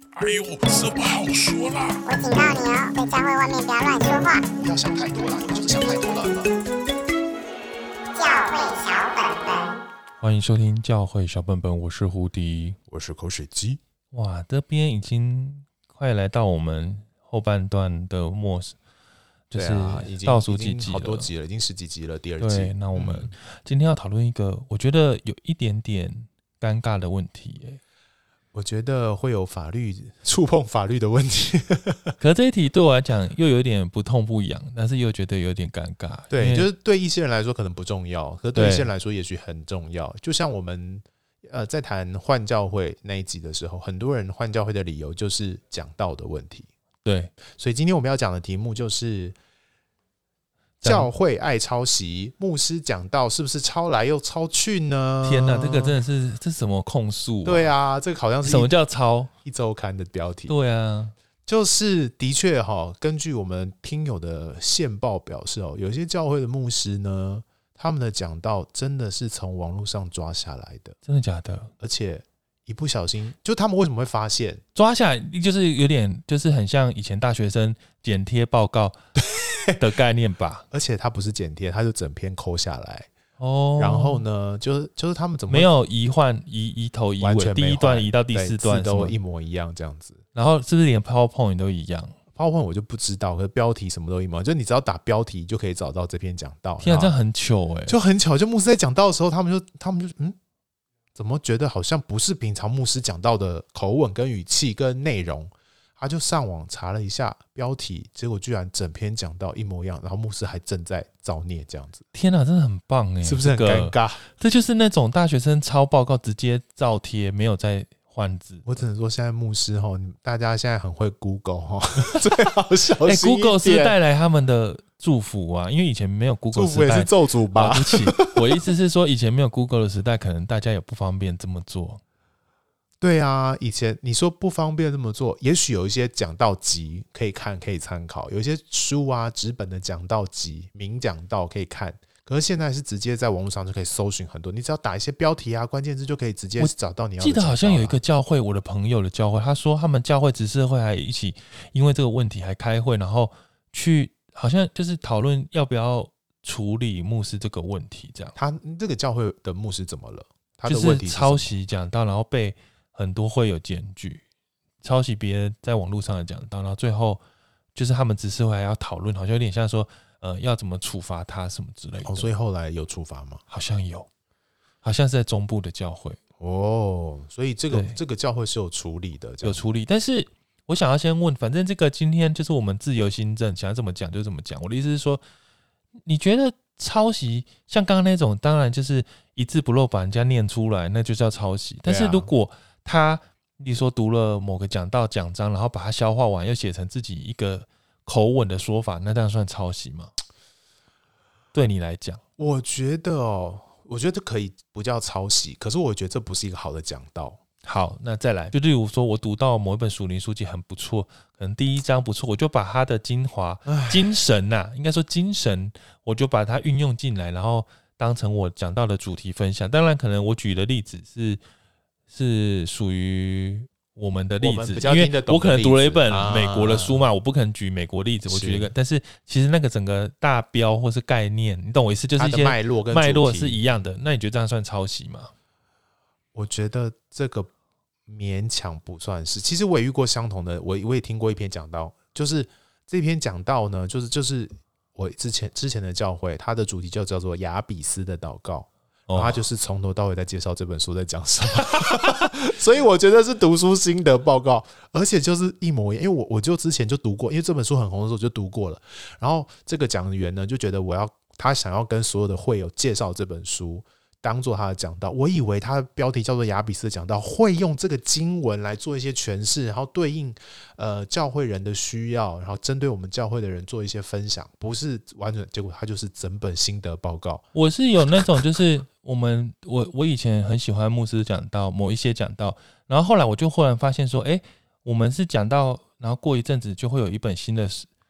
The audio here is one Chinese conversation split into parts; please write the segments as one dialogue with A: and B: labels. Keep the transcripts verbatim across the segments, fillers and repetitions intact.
A: 哎呦，这不好说啦！
B: 我警告你哦，在教会外面不要乱说话。
A: 不要想太多了，你就是想太多了。
B: 教会小本本，
C: 欢迎收听教会小本本，我是胡迪，
A: 我是口水鸡。
C: 哇，这边已经快来到我们后半段的末，就是倒数几集了，
A: 好多集了，已经十几集了，第二季。
C: 对，那我们今天要讨论一个，我觉得有一点点尴尬的问题耶。
A: 我觉得会有法律触碰法律的问题，
C: 可是这一题对我来讲又有点不痛不痒，但是又觉得有点尴尬。
A: 对，就是对一些人来说可能不重要，可是对一些人来说也许很重要。就像我们呃在谈换教会那一集的时候，很多人换教会的理由就是讲道的问题。
C: 对，
A: 所以今天我们要讲的题目就是教会爱抄袭，牧师讲道是不是抄来又抄去呢？
C: 天哪，这个真的是这是什么控诉、啊？
A: 对啊，这个好像是
C: 什么叫抄？
A: 一周刊的标题。
C: 对啊，
A: 就是的确哈，根据我们听友的线报表示哦，有些教会的牧师呢，他们的讲道真的是从网络上抓下来的，
C: 真的假的？
A: 而且一不小心，就他们为什么会发现
C: 抓下来，就是有点就是很像以前大学生剪贴报告的概念吧？
A: 而且他不是剪贴，他就整篇抠下来。
C: 哦，
A: 然后呢，就是就是他们怎么
C: 没有移换移移头移尾，第一段移到第四段
A: 都一模一样这样子。
C: 然后是不是连 PowerPoint 都一样
A: ？PowerPoint 我就不知道，可是标题什么都一模一样，就你只要打标题就可以找到这篇讲道。
C: 天啊，这样很糗哎、欸，
A: 就很巧，就牧师在讲道的时候，他们就他们就嗯，怎么觉得好像不是平常牧师讲道的口吻跟语气跟内容？他就上网查了一下标题，结果居然整篇讲道一模一样，然后牧师还正在造孽这样子。
C: 天哪，真的很棒哎、欸，
A: 是不是很尴尬？
C: 这就是那种大学生抄报告直接照贴，没有再换字。
A: 我只能说，现在牧师哈，大家现在很会 Google 哈，最好小心一点。
C: 欸、Google 是带来他们的祝福啊，因为以前没有 Google 时代，
A: 祝福也是咒诅吧？
C: 对不起，我意思是说，以前没有 Google 的时代，可能大家也不方便这么做。
A: 对啊，以前你说不方便这么做，也许有一些讲道集可以看，可以参考，有一些书啊，纸本的讲道集、名讲道可以看。可是现在是直接在网络上就可以搜寻很多，你只要打一些标题啊、关键字就可以直接找到你要的。
C: 记得好像有一个教会，我的朋友的教会，他说他们教会执事会还一起因为这个问题还开会，然后去好像就是讨论要不要处理牧师这个问题。这样，
A: 他这个教会的牧师怎么了？他的问题
C: 就是抄袭讲道，然后被很多会有检举，抄袭别人在网络上的讲道，然后最后就是他们执事会还要讨论，好像有点像说，呃，要怎么处罚他什么之类的。
A: 哦，所以后来有处罚吗？
C: 好像有，好像是在中部的教会。
A: 哦，所以这个这个教会是有处理的，
C: 有处理。但是我想要先问，反正这个今天就是我们自由心证，想要怎么讲就怎么讲。我的意思是说，你觉得抄袭像刚刚那种，当然就是一字不漏把人家念出来，那就叫抄袭。但是如果他你说读了某个讲道讲章，然后把它消化完，又写成自己一个口吻的说法，那这样算抄袭吗？对你来讲，
A: 我觉得哦，我觉得这可以不叫抄袭，可是我觉得这不是一个好的讲道。
C: 好，那再来，就例如说我读到某一本属灵书籍很不错，可能第一章不错，我就把它的精华、精神呐、啊，应该说精神，我就把它运用进来，然后当成我讲到的主题分享。当然，可能我举的例子是。是属于我们的例子，因为我可能读了一本美国的书嘛，啊、我不可能举美国例子，我举一个，但是其实那个整个大标或是概念，你懂我意思，就是一些
A: 脉络跟
C: 脉络是一样的。那你觉得这样算抄袭吗？
A: 我觉得这个勉强不算是。其实我也遇过相同的，我我也听过一篇讲道，就是这篇讲道呢，就是就是我之前之前的教会，它的主题就叫做亚比斯的祷告。然后他就是从头到尾在介绍这本书在讲什么，所以我觉得是读书心得报告，而且就是一模一样。因为我我就之前就读过，因为这本书很红的时候就读过了。然后这个讲员呢就觉得我要他想要跟所有的会友介绍这本书，当做他的讲道。我以为他的标题叫做亚比斯的讲道，会用这个经文来做一些诠释，然后对应呃教会人的需要，然后针对我们教会的人做一些分享，不是完全。结果他就是整本心得报告。
C: 我是有那种就是我们我我以前很喜欢牧师讲到某一些讲到，然后后来我就忽然发现说，哎，我们是讲到，然后过一阵子就会有一本新的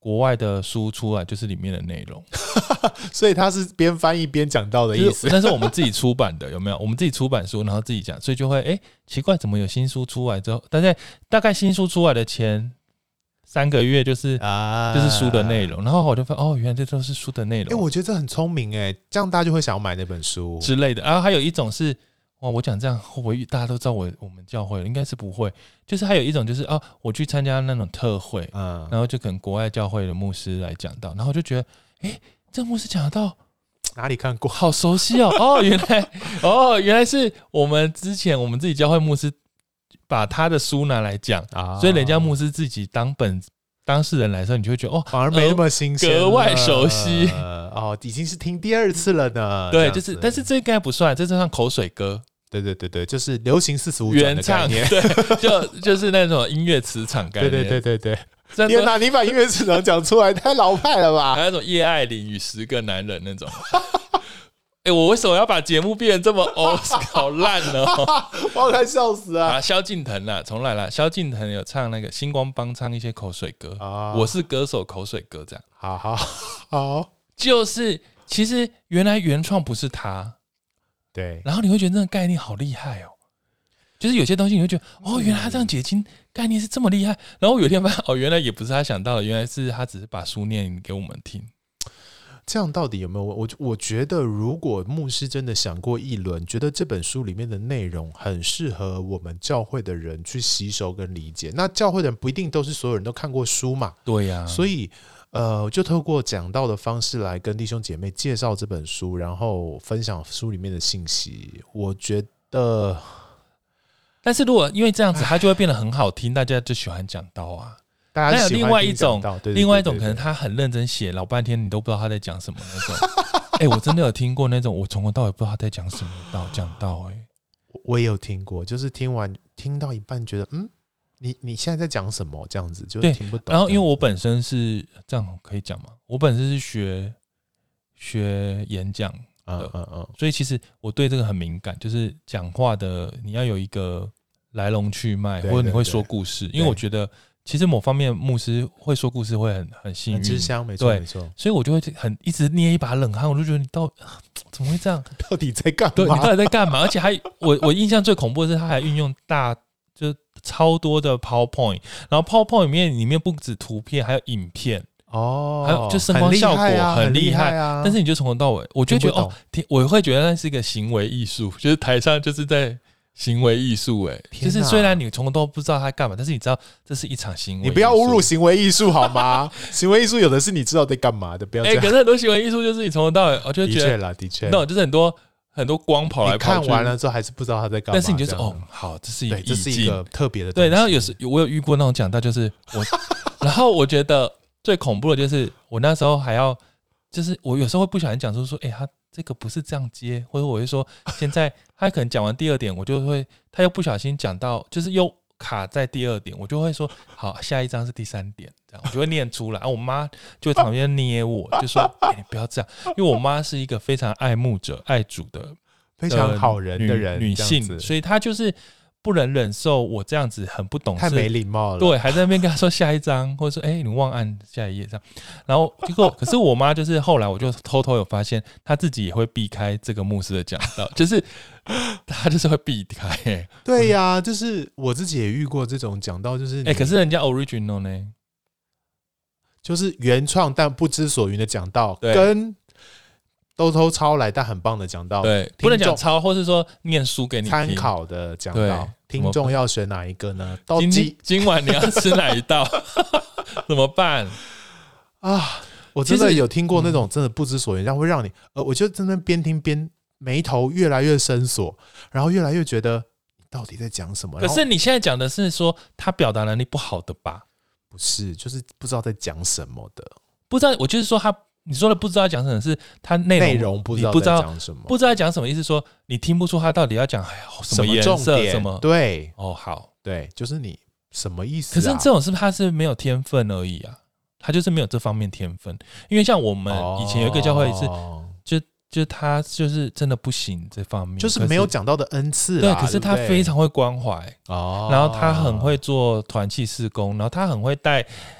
C: 国外的书出来，就是里面的内容，
A: 所以他是边翻译边讲到的意思。
C: 那是我们自己出版的，有没有？我们自己出版书，然后自己讲，所以就会哎、欸、奇怪，怎么有新书出来之后，但在大概新书出来的前三个月就是啊，就是书的内容，然后我就发现哦，原来这都是书的内容。
A: 哎、欸，我觉得这很聪明哎，这样大家就会想要买那本书
C: 之类的。然后还有一种是。哇，我讲这样会不会大家都知道我我们教会了？应该是不会。就是还有一种就是哦，我去参加那种特会，嗯，然后就可能国外教会的牧师来讲到，然后我就觉得，哎、欸，这牧师讲得到
A: 哪里看过？
C: 好熟悉哦！哦，原来哦，原来是我们之前我们自己教会牧师把他的书拿来讲、啊，所以人家牧师自己当本当事人来的时候，你就会觉得哦，
A: 反而没那么新鲜，
C: 格外熟悉
A: 哦，已经是听第二次了呢。
C: 对，就是，但是这应该不算，这算口水歌。
A: 对对对对，就是流行四十五转的概念，
C: 对，就就是那种音乐磁场概念。对
A: 对对对对，天哪，你把音乐磁场讲出来，太老派了吧？
C: 还有那种叶爱玲与十个男人那种。哎、欸，我为什么要把节目变成这么哦，好烂哦！
A: 我快笑死啊！
C: 啊，萧敬腾啦，重来啦。萧敬腾有唱那个星光帮唱一些口水歌，啊、我是歌手口水歌这样。
A: 好好好，
C: 就是其实原来原创不是他。
A: 对，
C: 然后你会觉得那个概念好厉害哦，就是有些东西你会觉得哦，原来他这样解经概念是这么厉害。然后有一天发现哦，原来也不是他想到的，原来是他只是把书念给我们听。
A: 这样到底有没有？我我觉得，如果牧师真的想过一轮，觉得这本书里面的内容很适合我们教会的人去吸收跟理解，那教会的人不一定都是所有人都看过书嘛？
C: 对呀、啊，
A: 所以。呃，就透过讲道的方式来跟弟兄姐妹介绍这本书，然后分享书里面的信息。我觉得，
C: 但是如果因为这样子，它就会变得很好听，大家就喜欢讲道啊。大家喜欢听讲道。那有另外一种，对对对对对，另外一种可能他很认真写，老半天你都不知道他在讲什么那种。哎、欸，我真的有听过那种，我从头到尾不知道他在讲什么道讲道。哎，
A: 我也有听过，就是听完听到一半，觉得嗯。你你现在在讲什么？这样子就听不懂。
C: 然后因为我本身是这样可以讲吗？我本身是学学演讲的，嗯嗯嗯，所以其实我对这个很敏感，就是讲话的你要有一个来龙去脉，或者你会说故事。因为我觉得其实某方面牧师会说故事会很很幸运，
A: 很吃香，没错没错。
C: 所以我就会很一直捏一把冷汗，我就觉得你到怎么会这样？
A: 到底在干嘛？
C: 对，你到底在干嘛？而且还我我印象最恐怖的是，他还运用大就。超多的 PowerPoint， 然后 PowerPoint 里面里面不止图片，还有影片哦，还有就声光效果很厉害啊。但是你就从头到尾，我就觉得哦，我会觉得那是一个行为艺术，就是台上就是在行为艺术，哎，就是虽然你从头都不知道他干嘛，但是你知道这是一场行为艺术。
A: 你不要侮辱行为艺术好吗？行为艺术有的是你知道在干嘛的，不要这样。
C: 哎、欸，可是很多行为艺术就是你从头到尾，我就觉得
A: 的确啦，的确，
C: 那就是很多。很多光跑来跑去，
A: 你看完了之后还是不知道他在干嘛。
C: 但是你就是哦，好，这是一个
A: 这是一个特别的东
C: 对。
A: 西。
C: 然后有时我有遇过那种讲到，就是我，然后我觉得最恐怖的就是我那时候还要，就是我有时候会不小心讲出说，哎、欸，他这个不是这样接，或者我会说，现在他可能讲完第二点，我就会他又不小心讲到，就是又卡在第二点，我就会说，好，下一章是第三点。我就会念出来，啊、我妈就会旁边捏我，就说：“哎、欸，你不要这样。”因为我妈是一个非常爱牧者、爱主的、
A: 非常好人的人，
C: 女, 女性，所以她就是不能忍受我这样子很不懂事，
A: 太没礼貌了。
C: 对，还在那边跟她说下一章，或者说：“哎、欸，你忘按下一页这样。”然后结果，可是我妈就是后来我就偷偷有发现，她自己也会避开这个牧师的讲道，就是她就是会避开、欸。
A: 对呀、啊，就是我自己也遇过这种讲道，就是哎、
C: 欸，可是人家 original 呢？
A: 就是原创但不知所云的讲道，跟偷偷抄来但很棒的讲道，
C: 对，不能讲抄，或是说念书给你
A: 参考的讲道，听众要选哪一个呢？
C: 今今晚你要吃哪一道？怎么办
A: 啊？我真的有听过那种真的不知所云，让会让你呃，我就真的边听边眉头越来越深锁，然后越来越觉得你到底在讲什么？
C: 可是你现在讲的是说他表达能力不好的吧？
A: 不是，就是不知道在讲什么的，
C: 不知道。我就是说他，你说的不知道讲什么，是他内容
A: 内容不知道在讲什么，
C: 不知道讲什么意思，说你听不出他到底要讲什么颜色，什么
A: 对
C: 哦，好，
A: 对，就是你什么意思、啊？
C: 可是这种是不是他是没有天分而已啊？他就是没有这方面天分，因为像我们以前有一个教会是，哦、就就他就是真的不行这方面，
A: 就是没有讲到的恩赐。
C: 对，可是他非常会关怀哦，然后他很会做团契事工，然后他很会带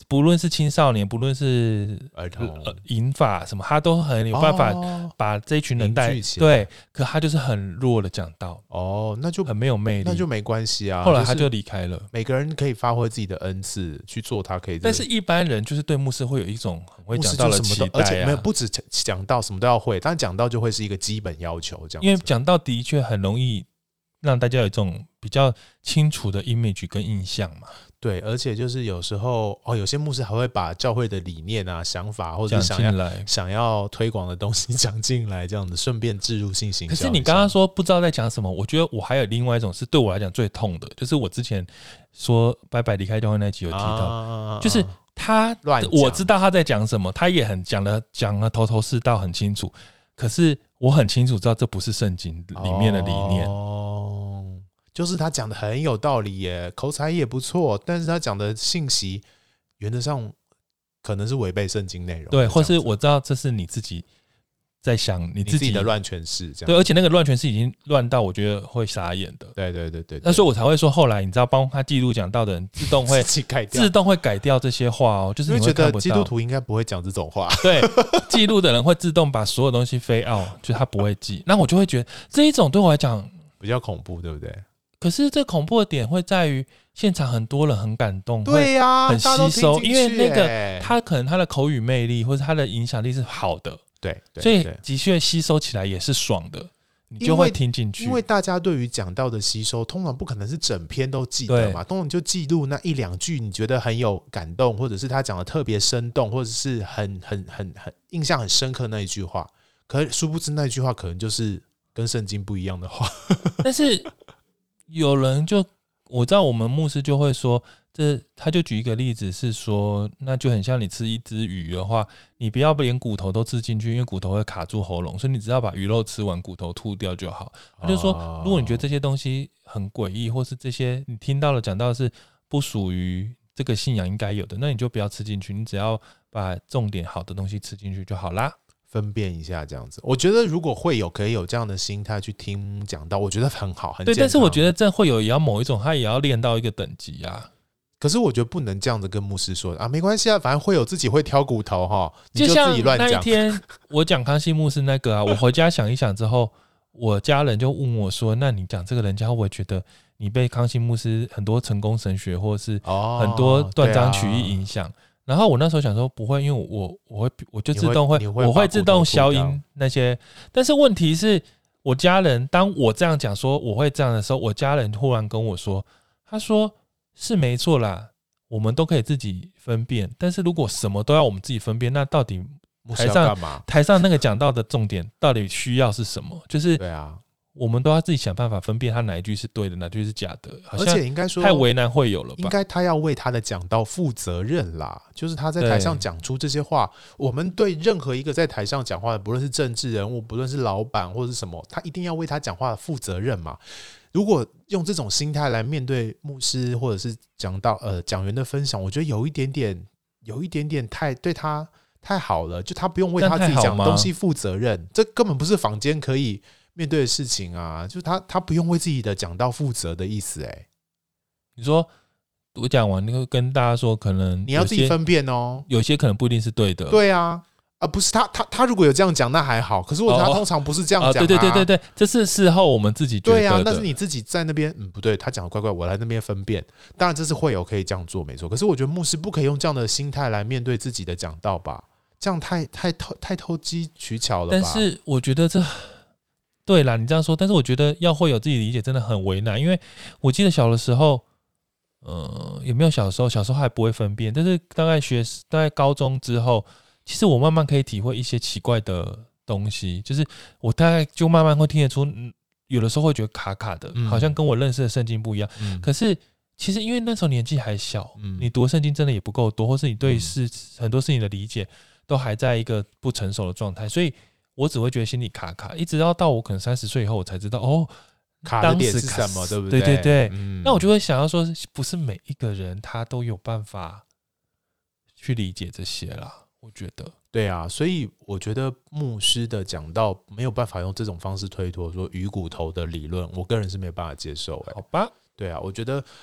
C: 不论是青少年，不论是
A: 儿童
C: 呃银发什么，他都很有办法把这一群人带、
A: 凝聚起来
C: 对，可他就是很弱的讲到，
A: 哦，那就
C: 很没有魅力，
A: 那就没关系啊。
C: 后来他
A: 就
C: 就是离开了。
A: 每个人可以发挥自己的恩赐去做他可以，
C: 但是一般人就是对牧师会有一种很会讲道的期待、啊，
A: 而且没有不止讲道什么都要会，但讲道就会是一个基本要求这样子。
C: 因为讲道的确很容易让大家有一种比较清楚的 image 跟印象嘛。
A: 对，而且就是有时候哦，有些牧师还会把教会的理念啊、想法或者想要想要推广的东西讲进来，这样子顺便置入性行销。
C: 可是你刚刚说不知道在讲什么，我觉得我还有另外一种是对我来讲最痛的，就是我之前说拜拜离开教会那集有提到，啊、就是他我知道他在讲什么，他也很讲了讲了头头是道，很清楚。可是我很清楚知道这不是圣经里面的理念。
A: 哦，就是他讲的很有道理耶，口才也不错，但是他讲的信息原则上可能是违背圣经内容。
C: 对，或是我知道这是你自己在想你自己，
A: 你自己的乱诠释，这样
C: 对，而且那个乱诠释已经乱到我觉得会傻眼的。
A: 对对对 对, 對，
C: 那所以我才会说，后来你知道帮他记录讲道的人自动会自动会改掉这些话哦，就是你会看不到，
A: 觉得基督徒应该不会讲这种话。
C: 对，记录的人会自动把所有东西飞out，就他不会记。那我就会觉得这一种对我来讲
A: 比较恐怖，对不对？
C: 可是这恐怖的点会在于现场很多人很感动，
A: 对呀、啊，
C: 很吸收，因为那个
A: 欸、
C: 他可能他的口语魅力或者他的影响力是好的，
A: 对，对
C: 所以的确吸收起来也是爽的，你就会听进去。
A: 因为大家对于讲道的吸收，通常不可能是整篇都记得嘛，通常就记录那一两句你觉得很有感动，或者是他讲的特别生动，或者是很很很很印象很深刻那一句话。可是殊不知那句话可能就是跟圣经不一样的话。
C: 但是有人就我知道我们牧师就会说，这他就举一个例子是说，那就很像你吃一只鱼的话，你不要连骨头都吃进去，因为骨头会卡住喉咙，所以你只要把鱼肉吃完，骨头吐掉就好。他就说，如果你觉得这些东西很诡异，或是这些你听到了讲到的是不属于这个信仰应该有的，那你就不要吃进去，你只要把重点好的东西吃进去就好啦。
A: 分辨一下这样子，我觉得如果会有可以有这样的心态去听讲道，我觉得很好，很健康。
C: 对，但是我觉得这会有也要某一种，他也要练到一个等级啊。
A: 可是我觉得不能这样子跟牧师说啊，没关系啊，反正会有自己会挑骨头哈，你就自己乱讲。
C: 就像那一天我讲康熙牧师那个啊，我回家想一想之后，我家人就问我说：“那你讲这个人家会不会觉得你被康熙牧师很多成功神学或是很多断章取义影响？”哦然后我那时候想说不会，因为我我会我就自动会我会自动消音那些。但是问题是我家人当我这样讲说我会这样的时候，我家人突然跟我说，他说是没错啦，我们都可以自己分辨，但是如果什么都要我们自己分辨，那到底台上台上那个讲道的重点到底需要是什么？就是对啊。我们都要自己想办法分辨他哪一句是对的，哪一句是假的。
A: 而且应该说
C: 太为难会友了吧？
A: 应该他要为他的讲道负责任啦。就是他在台上讲出这些话，我们对任何一个在台上讲话的，不论是政治人物，不论是老板或是什么，他一定要为他讲话负责任嘛。如果用这种心态来面对牧师或者是讲道呃讲员的分享，我觉得有一点点，有一点点太对他太好了，就他不用为他自己讲东西负责任，这根本不是坊间可以面对的事情啊，就是他他不用为自己的讲道负责的意思。哎，
C: 你说我讲完你会跟大家说，可能
A: 你要自己分辨哦，
C: 有些可能不一定是对的。
A: 对啊，啊不是他他他如果有这样讲那还好，可是我觉得他通常不是这样讲、啊哦哦。
C: 对对对对对，这是事后我们自己觉得的。
A: 对啊，但是你自己在那边嗯不对，他讲的怪怪，我来那边分辨。当然这是会有可以这样做没错，可是我觉得牧师不可以用这样的心态来面对自己的讲道吧，这样太太偷太投机取巧了吧。
C: 但是我觉得这。对啦，你这样说，但是我觉得要会有自己理解真的很为难，因为我记得小的时候，呃，也没有小的时候，小时候还不会分辨，但是大概学大概高中之后，其实我慢慢可以体会一些奇怪的东西，就是我大概就慢慢会听得出，有的时候会觉得卡卡的，嗯、好像跟我认识的圣经不一样。嗯、可是其实因为那时候年纪还小，嗯、你读圣经真的也不够多，或是你对事、嗯、很多事情的理解都还在一个不成熟的状态，所以。我只会觉得心里卡卡，一直到到我可能三十岁以后，我才知道哦，
A: 卡的点是什么，对不对？
C: 对对对，嗯、那我就会想要说，不是每一个人他都有办法去理解这些啦。我觉得，
A: 对啊，所以我觉得牧师的讲道没有办法用这种方式推脱说鱼骨头的理论，我个人是没有办法接受、欸。
C: 好吧，
A: 对啊，我觉得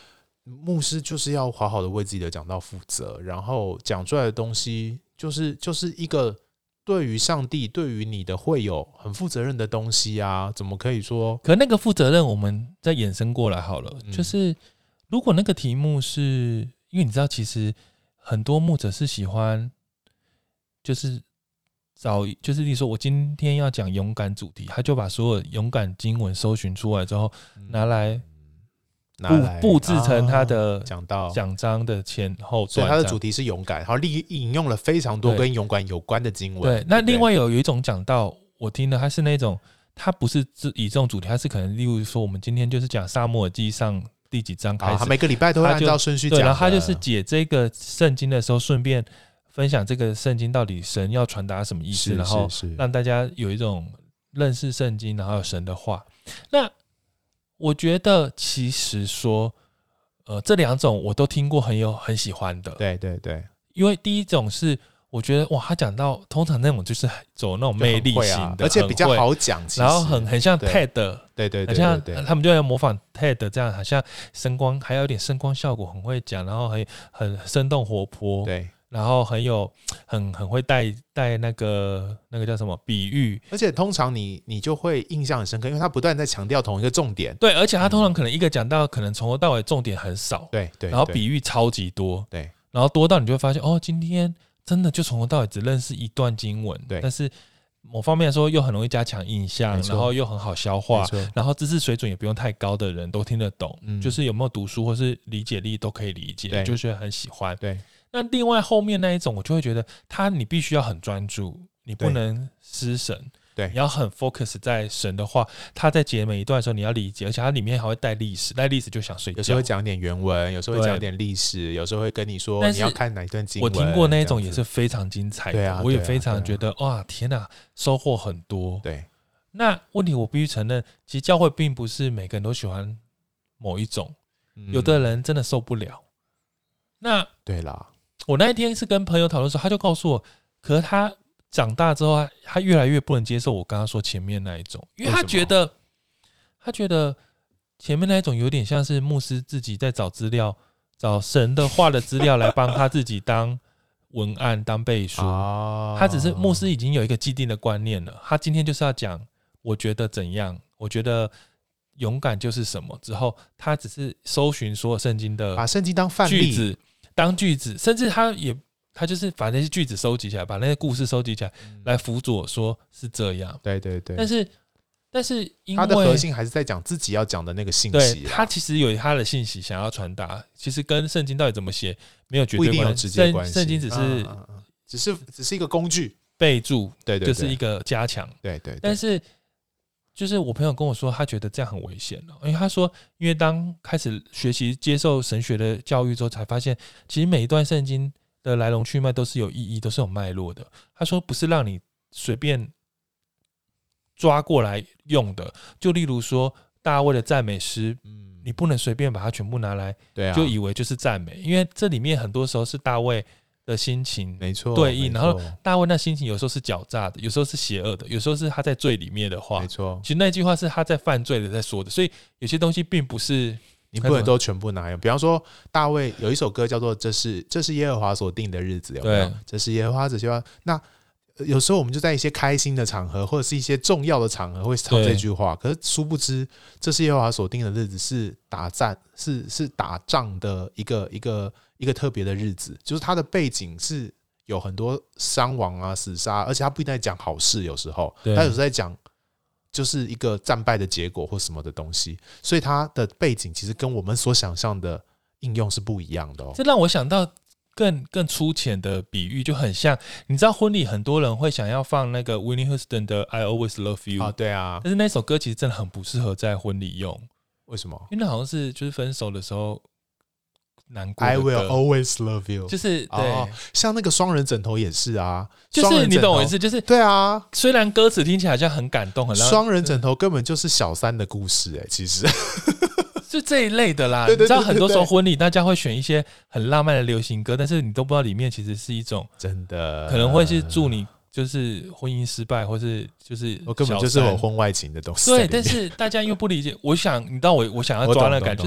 A: 牧师就是要好好的为自己的讲道负责，然后讲出来的东西就是就是一个对于上帝、对于你的会友很负责任的东西啊，怎么可以说？
C: 可那个负责任，我们再衍生过来好了，
A: 嗯、
C: 就是如果那个题目是因为你知道，其实很多牧者是喜欢，就是找，就是例如说我今天要讲勇敢主题，他就把所有勇敢经文搜寻出来之后，
A: 嗯、
C: 拿来。
A: 拿来
C: 布置成他的
A: 讲道
C: 讲章的前后段，
A: 所以他的主题是勇敢，然后利引用了非常多跟勇敢有关的经文。
C: 对，那另外有有一种讲道，我听的他是那种，他不是以这种主题，他是可能例如说，我们今天就是讲撒母耳记上第几章开始，
A: 他每个礼拜都会按照顺序讲。
C: 对，然后他就是解这个圣经的时候，顺便分享这个圣经到底神要传达什么意思，然后让大家有一种认识圣经，然后有神的话。那我觉得其实说，呃，这两种我都听过，很有很喜欢的。
A: 对对对，
C: 因为第一种是我觉得哇，他讲到通常那种就是走那种魅力型的，
A: 啊、而且比较好讲，
C: 然后很很像 T E D，
A: 对对对，
C: 很像他们就在模仿 T E D 这样，好像声光还有一点声光效果，很会讲，然后很很生动活泼，
A: 对。
C: 然后很有很很会带带那个那个叫什么比喻，
A: 而且通常你你就会印象很深刻，因为他不断在强调同一个重点。
C: 对，而且他通常可能一个讲到可能从头到尾重点很少，
A: 对对，
C: 然后比喻超级多，
A: 对，
C: 然后多到你就会发现哦，今天真的就从头到尾只认识一段经文，
A: 对，
C: 但是某方面来说又很容易加强印象，然后又很好消化，然后知识水准也不用太高的人都听得懂，嗯、就是有没有读书或是理解力都可以理解，就觉得很喜欢，
A: 对。
C: 那另外后面那一种，我就会觉得他你必须要很专注，你不能失神，
A: 对，
C: 你要很 focus 在神的话。他在解每一段的时候，你要理解，而且它里面还会带历史，带历史就想睡觉。
A: 有时候会讲点原文，有时候会讲点历史，有时候会跟你说你要看哪一段经文。
C: 我听过那一种也是非常精彩的，
A: 啊、
C: 我也非常觉得、啊啊、哇天哪，收获很多。
A: 对，
C: 那问题我必须承认，其实教会并不是每个人都喜欢某一种，嗯、有的人真的受不了。那
A: 对啦。
C: 我那一天是跟朋友讨论的时候，他就告诉我，可是他长大之后，他越来越不能接受我刚刚说前面那一种，因为他觉得，他觉得前面那一种有点像是牧师自己在找资料，找神的话的资料来帮他自己当文案、当背书。他只是牧师已经有一个既定的观念了，他今天就是要讲，我觉得怎样，我觉得勇敢就是什么。之后他只是搜寻所有圣经的
A: 把圣经当范例
C: 句子。当句子，甚至他也他就是把那些句子收集起来，把那些故事收集起来，嗯、来辅佐说是这样。
A: 对对对。
C: 但是但是因为
A: 他的核心还是在讲自己要讲的那个信息。
C: 对，他其实有他的信息想要传达，其实跟圣经到底怎么写没有绝对
A: 不一定有直接关系。
C: 圣经只是、
A: 嗯嗯嗯、只是只是一个工具
C: 备注，
A: 对 对, 对，
C: 就是一个加强。
A: 对 对, 对。
C: 但是就是我朋友跟我说，他觉得这样很危险了，因为他说，因为当开始学习接受神学的教育之后，才发现其实每一段圣经的来龙去脉都是有意义，都是有脉络的。他说不是让你随便抓过来用的，就例如说大卫的赞美诗，嗯、你不能随便把它全部拿来，
A: 对啊，
C: 就以为就是赞美，因为这里面很多时候是大卫的心情
A: 没错
C: 对应，然后大卫那心情有时候是狡诈的，有时候是邪恶的，有时候是他在罪里面的话，
A: 没错。
C: 其实那句话是他在犯罪的在说的，所以有些东西并不是
A: 你不能都全部拿用。比方说大卫有一首歌叫做这是这是耶和华所定的日子，有没有？这是耶和华所定的。那有时候我们就在一些开心的场合或者是一些重要的场合会唱这句话，可是殊不知这是耶和华所定的日子是打战是是打仗的一个一个一个特别的日子，就是它的背景是有很多伤亡啊死杀，而且他不一定在讲好事，有时候他有时候在讲就是一个战败的结果或什么的东西，所以它的背景其实跟我们所想象的应用是不一样的哦。
C: 这让我想到更更粗浅的比喻，就很像你知道婚礼很多人会想要放那个 Whitney Houston 的 I Always Love You
A: 啊，对啊，
C: 但是那首歌其实真的很不适合在婚礼用。
A: 为什么？
C: 因为那好像是就是分手的时候难过的
A: I will always love you，
C: 就是对、
A: 哦，像那个双人枕头也是啊，
C: 就是你懂我意思，就是
A: 对啊。
C: 虽然歌词听起来好像很感动，很
A: 双人枕头根本就是小三的故事哎、欸，其实
C: 就这一类的啦。
A: 对对对对对，
C: 你知道很多时候婚礼大家会选一些很浪漫的流行歌，但是你都不知道里面其实是一种
A: 真的，
C: 可能会是祝你就是婚姻失败，或是就是
A: 我根本就是有婚外情的东西。
C: 对，但是大家因为不理解，我想你知道我我想要抓那个感觉，就是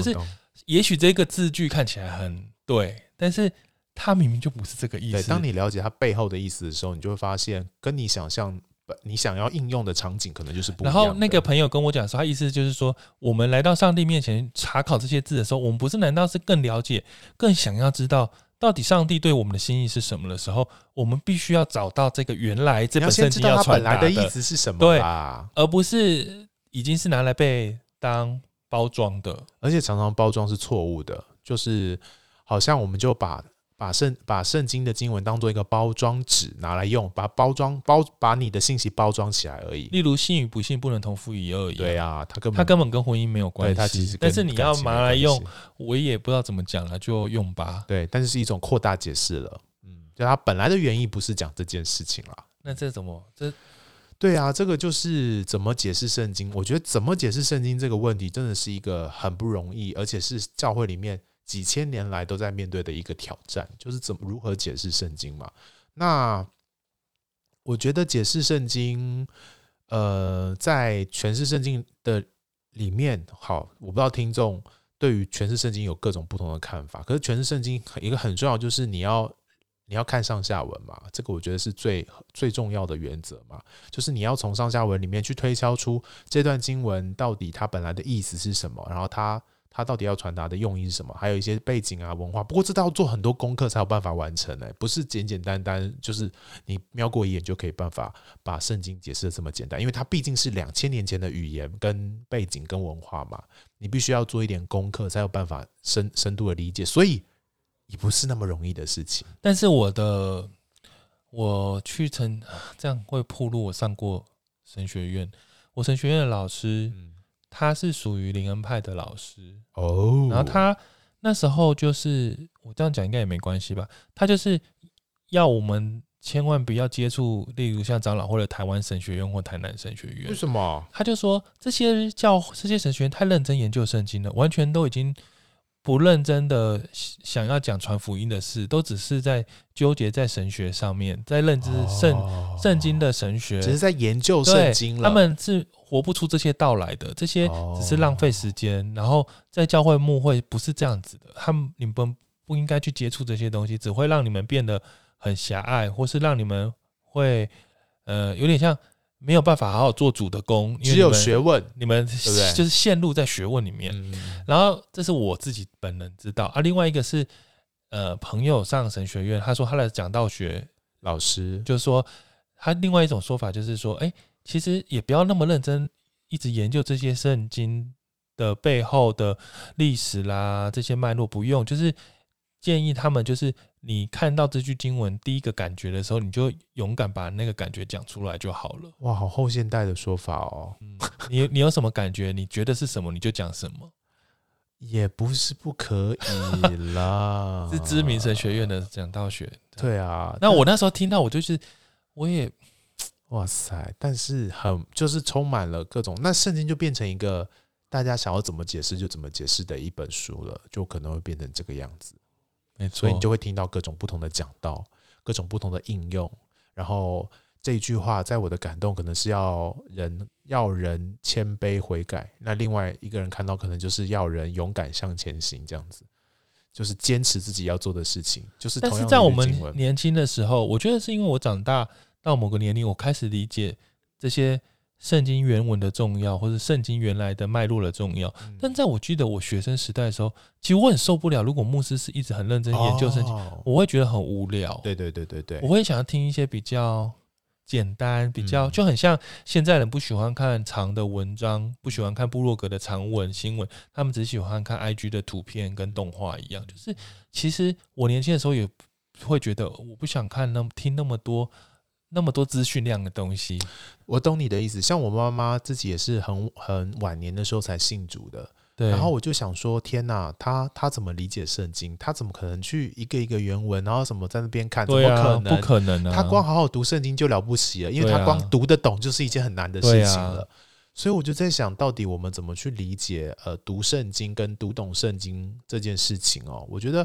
C: 也许这个字句看起来很对，但是它明明就不是这个意思。
A: 对，当你了解它背后的意思的时候，你就会发现跟你想象你想要应用的场景可能就是不一样的。
C: 然后那个朋友跟我讲说，他意思就是说，我们来到上帝面前查考这些字的时候，我们不是难道是更了解、更想要知道到底上帝对我们的心意是什么的时候，我们必须要找到这个原来这本圣经要传达的，
A: 你要先知道它本来的意思是什么吧，
C: 对，而不是已经是拿来被当包装的。
A: 而且常常包装是错误的，就是好像我们就把把圣把圣经的经文当做一个包装纸拿来用，把包装包把你的信息包装起来而已。
C: 例如信与不信不能同父异母。
A: 对啊，他根本
C: 他根本跟婚姻没有关系。
A: 他其实
C: 但是你要拿来用，我也不知道怎么讲了，就用吧。
A: 对，但是是一种扩大解释了。嗯，就他本来的原意不是讲这件事情啦。
C: 那这怎么这？
A: 对啊，这个就是怎么解释圣经。我觉得怎么解释圣经这个问题，真的是一个很不容易，而且是教会里面几千年来都在面对的一个挑战，就是怎么如何解释圣经嘛。那我觉得解释圣经，呃，在诠释圣经的里面，好，我不知道听众对于诠释圣经有各种不同的看法。可是诠释圣经一个很重要，就是你要你要看上下文嘛，这个我觉得是最最重要的原则嘛，就是你要从上下文里面去推敲出这段经文到底它本来的意思是什么，然后它它到底要传达的用意是什么，还有一些背景啊文化。不过这都要做很多功课才有办法完成、欸、不是简简单单就是你瞄过一眼就可以办法把圣经解释的这么简单，因为它毕竟是两千年前的语言跟背景跟文化嘛，你必须要做一点功课才有办法 深, 深度的理解，所以也不是那么容易的事情。
C: 但是我的我去成这样会暴露我上过神学院，我神学院的老师、嗯他是属于灵恩派的老师哦，然后他那时候就是我这样讲应该也没关系吧，他就是要我们千万不要接触，例如像长老或者台湾神学院或台南神学院。
A: 为什么？
C: 他就说这些教这些神学院太认真研究圣经了，完全都已经不认真的想要讲传福音的事，都只是在纠结在神学上面，在认知圣圣、哦、经的神学，
A: 只是在研究圣经了。
C: 他们是活不出这些道来的，这些只是浪费时间、哦。然后在教会牧会不是这样子的，他们你们不应该去接触这些东西，只会让你们变得很狭隘，或是让你们会呃有点像没有办法好好做主的工，
A: 只有学问，
C: 你们就是陷入在学问里面。嗯、然后这是我自己本人知道啊，另外一个是呃朋友上神学院，他说他的讲道学
A: 老师
C: 就是说，他另外一种说法就是说，哎、欸，其实也不要那么认真，一直研究这些圣经的背后的历史啦，这些脉络不用，就是建议他们就是你看到这句经文第一个感觉的时候，你就勇敢把那个感觉讲出来就好了。
A: 哇，好后现代的说法哦。
C: 嗯、你你有什么感觉？你觉得是什么你就讲什么，
A: 也不是不可以啦。
C: 是知名神学院的讲道学。
A: 对啊，
C: 那我那时候听到，我就是我也
A: 哇塞，但是很就是充满了各种，那圣经就变成一个大家想要怎么解释就怎么解释的一本书了，就可能会变成这个样子。
C: 没错，
A: 所以你就会听到各种不同的讲道，各种不同的应用。然后这一句话在我的感动可能是要人要人谦卑悔改，那另外一个人看到可能就是要人勇敢向前行，这样子就是坚持自己要做的事情。就是同样的，
C: 但是在我们年轻的时候，我觉得是因为我长大到某个年龄，我开始理解这些圣经原文的重要，或者圣经原来的脉络的重要、嗯、但在我记得我学生时代的时候，其实我很受不了，如果牧师是一直很认真研究圣经、哦、我会觉得很无聊。
A: 对对对对对，
C: 我会想要听一些比较简单，比较、嗯、就很像现在人不喜欢看长的文章，不喜欢看部落格的长文新闻，他们只喜欢看 I G 的图片跟动画一样。就是其实我年轻的时候也会觉得我不想看那么听那么多那么多资讯量的东西。
A: 我懂你的意思，像我妈妈自己也是很很晚年的时候才信主的，对。然后我就想说，天哪，她她怎么理解圣经？她怎么可能去一个一个原文，然后什么在那边看？怎么可能？
C: 不可能啊！
A: 她光好好读圣经就了不起了，因为她光读得懂就是一件很难的事情了。所以我就在想，到底我们怎么去理解呃读圣经跟读懂圣经这件事情哦？我觉得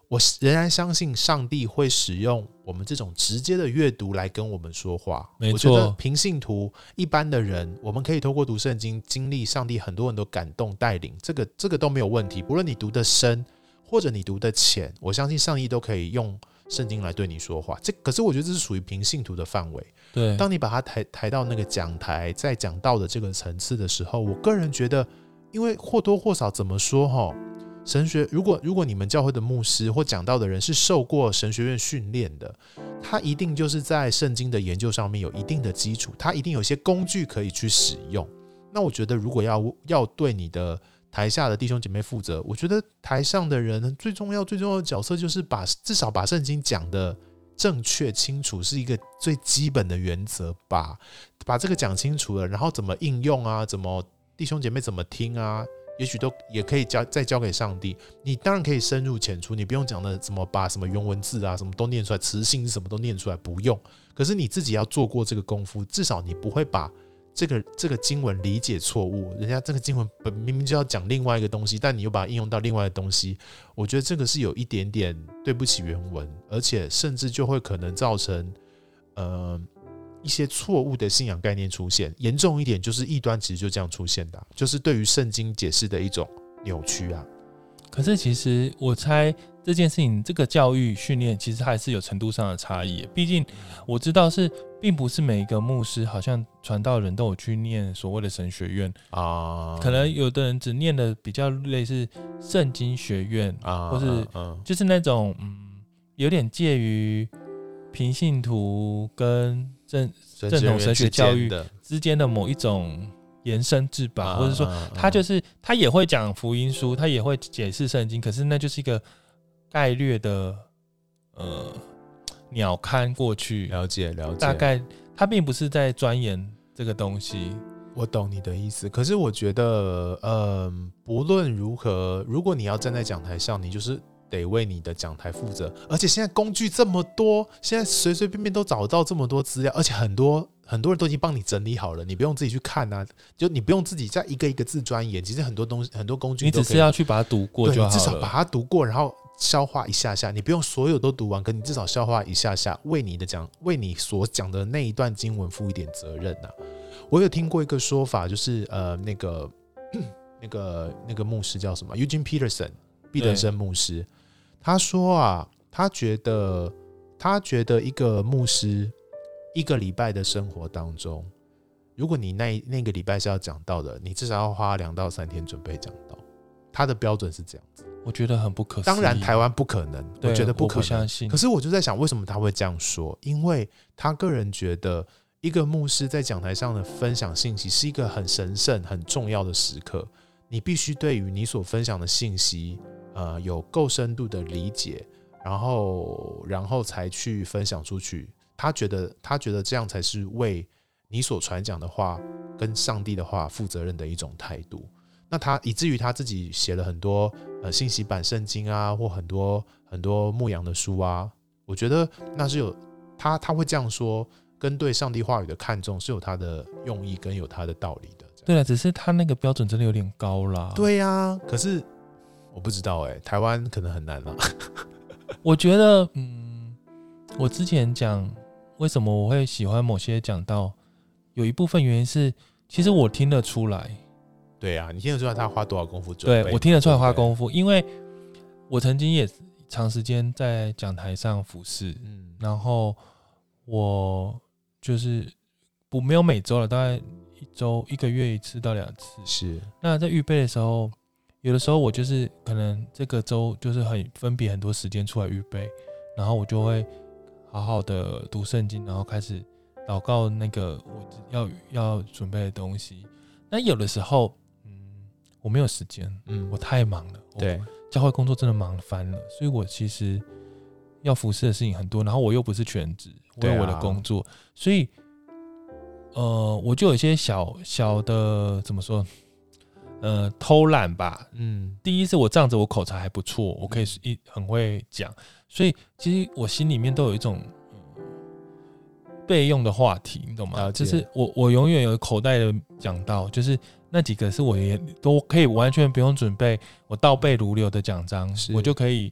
A: 我仍然相信上帝会使用我们这种直接的阅读来跟我们说话。
C: 没错，
A: 我觉得平信徒一般的人，我们可以透过读圣经经历上帝很多很多感动带领，这个这个都没有问题。不论你读的深或者你读的浅，我相信上帝都可以用圣经来对你说话。这可是我觉得这是属于平信徒的范围。
C: 对，
A: 当你把它 抬, 抬到那个讲台，在讲道的这个层次的时候，我个人觉得，因为或多或少怎么说齁，神学如果如果你们教会的牧师或讲道的人是受过神学院训练的，他一定就是在圣经的研究上面有一定的基础，他一定有些工具可以去使用。那我觉得如果要要对你的台下的弟兄姐妹负责，我觉得台上的人最重要最重要的角色就是把至少把圣经讲的正确清楚，是一个最基本的原则吧。把这个讲清楚了，然后怎么应用啊，怎么弟兄姐妹怎么听啊，也许都也可以交再交给上帝。你当然可以深入浅出，你不用讲的怎么把什么原文字啊什么都念出来，词性什么都念出来，不用。可是你自己要做过这个功夫，至少你不会把这个这个经文理解错误。人家这个经文本明明就要讲另外一个东西，但你又把它应用到另外的东西，我觉得这个是有一点点对不起原文，而且甚至就会可能造成呃。一些错误的信仰概念出现，严重一点就是异端其实就这样出现的、啊，就是对于圣经解释的一种扭曲啊。
C: 可是其实我猜这件事情，这个教育训练其实还是有程度上的差异。毕竟我知道是，并不是每一个牧师好像传道人都有去念所谓的神学院啊，可能有的人只念的比较类似圣经学院啊，或是就是那种嗯，有点介于平信徒跟正正统神学教育之间的某一种延伸制吧，或者说他就是他也会讲福音书，他也会解释圣经，可是那就是一个概略的呃鸟瞰过去，
A: 了解了解，
C: 大概他并不是在钻研这个东西。
A: 我懂你的意思，可是我觉得，呃，不论如何，如果你要站在讲台上，你就是得为你的讲台负责，而且现在工具这么多，现在随随便便都找到这么多资料，而且很多很多人都已经帮你整理好了，你不用自己去看啊，就你不用自己再一个一个字钻研，其实很多东西很多工具
C: 你只是要去把它读过就好了，
A: 至少把它读过，然后消化一下下，你不用所有都读完，可你至少消化一下下，为你的讲为你所讲的那一段经文负一点责任啊。我有听过一个说法，就是呃那个那个那个牧师叫什么 Eugene Peterson 毕德森牧师，他说啊，他觉得他觉得一个牧师一个礼拜的生活当中，如果你那那个礼拜是要讲道的，你至少要花两到三天准备讲道，他的标准是这样子。
C: 我觉得很不可思议。
A: 当然台湾不可能，我觉得不可能，
C: 我不相信。
A: 可是我就在想，为什么他会这样说？因为他个人觉得一个牧师在讲台上的分享信息是一个很神圣很重要的时刻，你必须对于你所分享的信息呃，有够深度的理解，然后然后才去分享出去。他觉得他觉得这样才是为你所传讲的话跟上帝的话负责任的一种态度。那他以至于他自己写了很多呃信息版圣经啊，或很多很多牧养的书啊。我觉得那是有他他会这样说，跟对上帝话语的看重是有他的用意跟有他的道理的。
C: 对了，只是他那个标准真的有点高啦。
A: 对呀、啊，可是我不知道哎、欸，台湾可能很难啦。
C: 我觉得，嗯，我之前讲为什么我会喜欢某些讲道，有一部分原因是，其实我听得出来。
A: 对啊，你听得出来他花多少功夫准备？
C: 对，我听得出来花功夫，因为我曾经也长时间在讲台上服侍，嗯，然后我就是不没有每周了，大概一周一个月一次到两次。
A: 是。那
C: 在预备的时候，有的时候我就是可能这个周就是很分别很多时间出来预备，然后我就会好好的读圣经，然后开始祷告那个我要要准备的东西。那有的时候，嗯，我没有时间，嗯，我太忙了，对，教会工作真的忙翻了，所以我其实要服侍的事情很多，然后我又不是全职，我有我的工作，啊、所以，呃，我就有一些小小的怎么说，呃，偷懒吧，嗯，第一是我仗着我口才还不错，我可以一很会讲，所以其实我心里面都有一种。备用的话题，你懂吗？就是我，我永远有口袋的讲到，就是那几个是我也都可以完全不用准备，我倒背如流的讲章，我就可以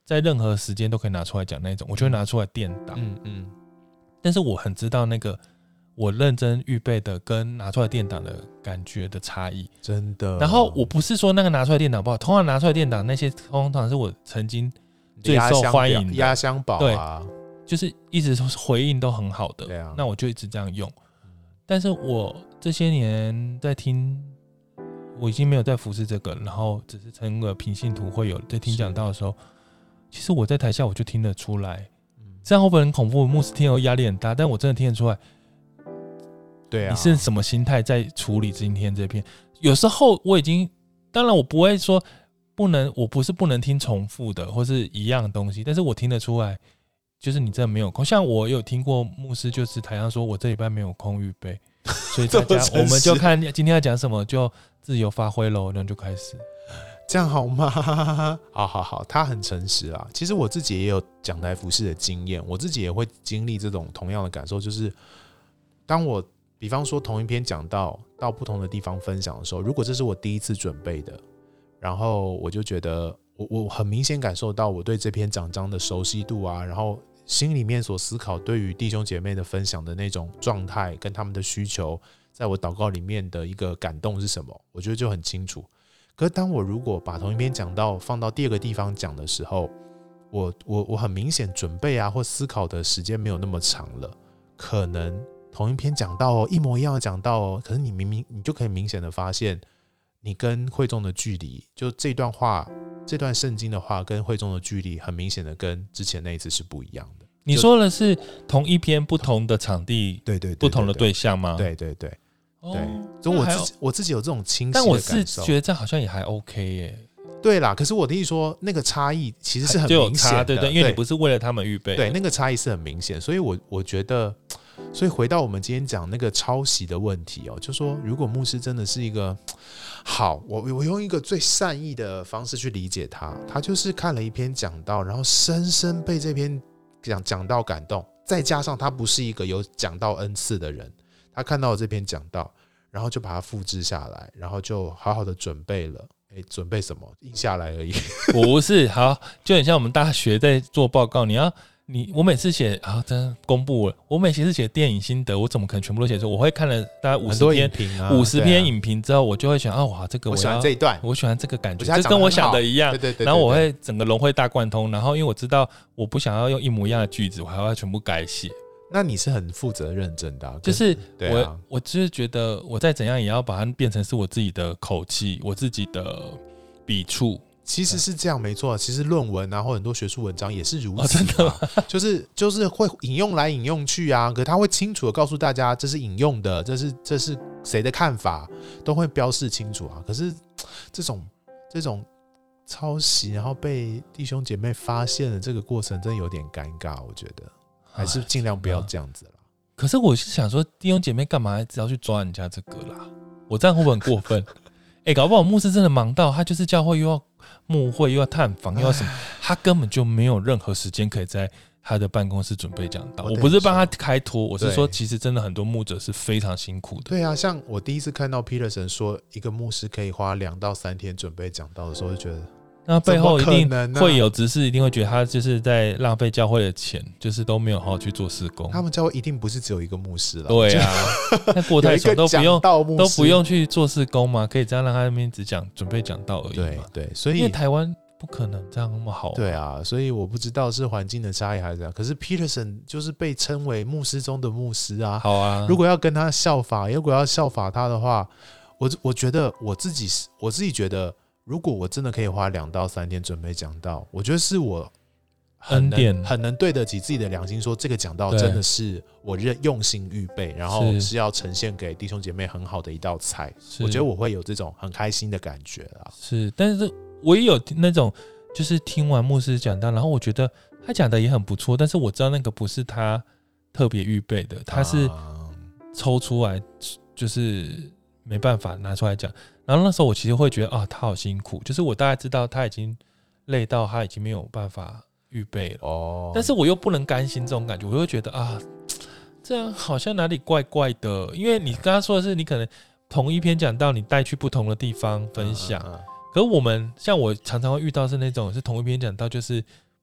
C: 在任何时间都可以拿出来讲那种，我就会拿出来垫档。
A: 嗯嗯，
C: 但是我很知道那个我认真预备的跟拿出来垫档的感觉的差异，
A: 真的。
C: 然后我不是说那个拿出来垫档不好，通常拿出来垫档那些通常是我曾经最受欢迎的
A: 压箱宝啊，
C: 就是一直回应都很好的，
A: 对啊，
C: 那我就一直这样用。但是我这些年在听，我已经没有在服侍这个，然后只是成个平信徒会有在听讲道的时候，其实我在台下我就听得出来，这样会不会很恐怖？牧师听后压力很大，但我真的听得出来，
A: 对啊，
C: 你是什么心态在处理今天这篇？有时候我已经，当然我不会说不能，我不是不能听重复的或是一样的东西，但是我听得出来。就是你真的没有空，像我有听过牧师就是台上说，我这礼拜没有空预备，所以大家我们就看今天要讲什么，就自由发挥喽，然后就开始。
A: 这样好吗？好好好，他很诚实啦。其实我自己也有讲台服事的经验，我自己也会经历这种同样的感受，就是当我比方说同一篇讲道到不同的地方分享的时候，如果这是我第一次准备的，然后我就觉得我我很明显感受到我对这篇讲章的熟悉度啊，然后心里面所思考对于弟兄姐妹的分享的那种状态跟他们的需求，在我祷告里面的一个感动是什么，我觉得就很清楚。可是当我如果把同一篇讲道放到第二个地方讲的时候，我我我很明显准备啊或思考的时间没有那么长了，可能同一篇讲道哦，一模一样的讲道哦，可是你明明你就可以明显的发现，你跟会众的距离，就这段话。这段圣经的话跟会众的距离很明显的跟之前那一次是不一样的。
C: 你说的是同一篇不同的场地，
A: 对 对, 对, 对, 对
C: 不同的对象吗？
A: 对对对、
C: 哦、
A: 对，所以我自己我自己有这种清晰的感受。
C: 但我是觉得这样好像也还 OK 耶。
A: 对啦，可是我的意思说，那个差异其实是很明显的，
C: 对对，因为你不是为了他们预备，
A: 对，那个差异是很明显，所以我我觉得，所以回到我们今天讲那个抄袭的问题哦，就说如果牧师真的是一个好，我我用一个最善意的方式去理解他，他就是看了一篇讲道，然后深深被这篇讲讲道感动，再加上他不是一个有讲道恩赐的人，他看到了这篇讲道，然后就把它复制下来，然后就好好的准备了。欸、准备什么？印下来而已。
C: 不是，好，就很像我们大学在做报告，你要你我每次写啊，真的公布了，我每次写电影心得，我怎么可能全部都写出？我会看了大概五十篇五十、啊、篇影评之后，我就会想啊，哇，这个 我,
A: 我喜欢这一段，
C: 我喜欢这个感觉，这跟我想的一样。
A: 对对 对, 对, 对, 对, 对，
C: 然后我会整个融会大贯通，然后因为我知道我不想要用一模一样的句子，我还要全部改写。
A: 那你是很负责认真的、啊，
C: 就是我、
A: 啊、
C: 我就是觉得我再怎样也要把它变成是我自己的口气，我自己的笔触。
A: 其实是这样没错，其实论文啊或很多学术文章也是如此、啊
C: 哦、真的吗？
A: 就是就是会引用来引用去啊，可他会清楚的告诉大家这是引用的，这是这是谁的看法，都会标示清楚啊。可是这种这种抄袭然后被弟兄姐妹发现的这个过程真的有点尴尬，我觉得还是尽量不要这样子啦。
C: 可是我是想说弟兄姐妹干嘛只要去抓人家这个啦，我这样会不会很过分？欸、搞不好牧师真的忙到他就是教会又要牧会又要探访又要什么，他根本就没有任何时间可以在他的办公室准备讲道。我不是帮他开脱，我是说其实真的很多牧者是非常辛苦的。
A: 对啊，像我第一次看到 Peterson 说一个牧师可以花两到三天准备讲道的时候，就觉得
C: 那背后一定会有执事一定会觉得他就是在浪费教会的钱，就是都没有好好去做事工。
A: 他们教会一定不是只有一个牧师了。
C: 对啊，那过太爽都不用都不用去做事工嘛，可以这样让他那边只讲准备讲道而已嘛。
A: 对对，所以
C: 因为台湾不可能这样那么好、啊。
A: 对啊，所以我不知道是环境的差异还是怎样。可是 Peterson 就是被称为牧师中的牧师啊。
C: 好啊，
A: 如果要跟他效法，如果要效法他的话，我我觉得我自己我自己觉得。如果我真的可以花两到三天准备讲道，我觉得是我很能很能对得起自己的良心，说这个讲道真的是我用心预备，然后是要呈现给弟兄姐妹很好的一道菜。我觉得我会有这种很开心的感觉啦。
C: 是，但是我也有那种，就是听完牧师讲道，然后我觉得他讲的也很不错，但是我知道那个不是他特别预备的，他是抽出来，就是没办法拿出来讲。然后那时候我其实会觉得啊，他好辛苦，就是我大概知道他已经累到他已经没有办法预备了，哦，但是我又不能甘心这种感觉，我会觉得啊，这样好像哪里怪怪的。因为你刚刚说的是，你可能同一篇讲道，你带去不同的地方分享，嗯嗯嗯，可是我们像我常常会遇到是那种是同一篇讲道，就是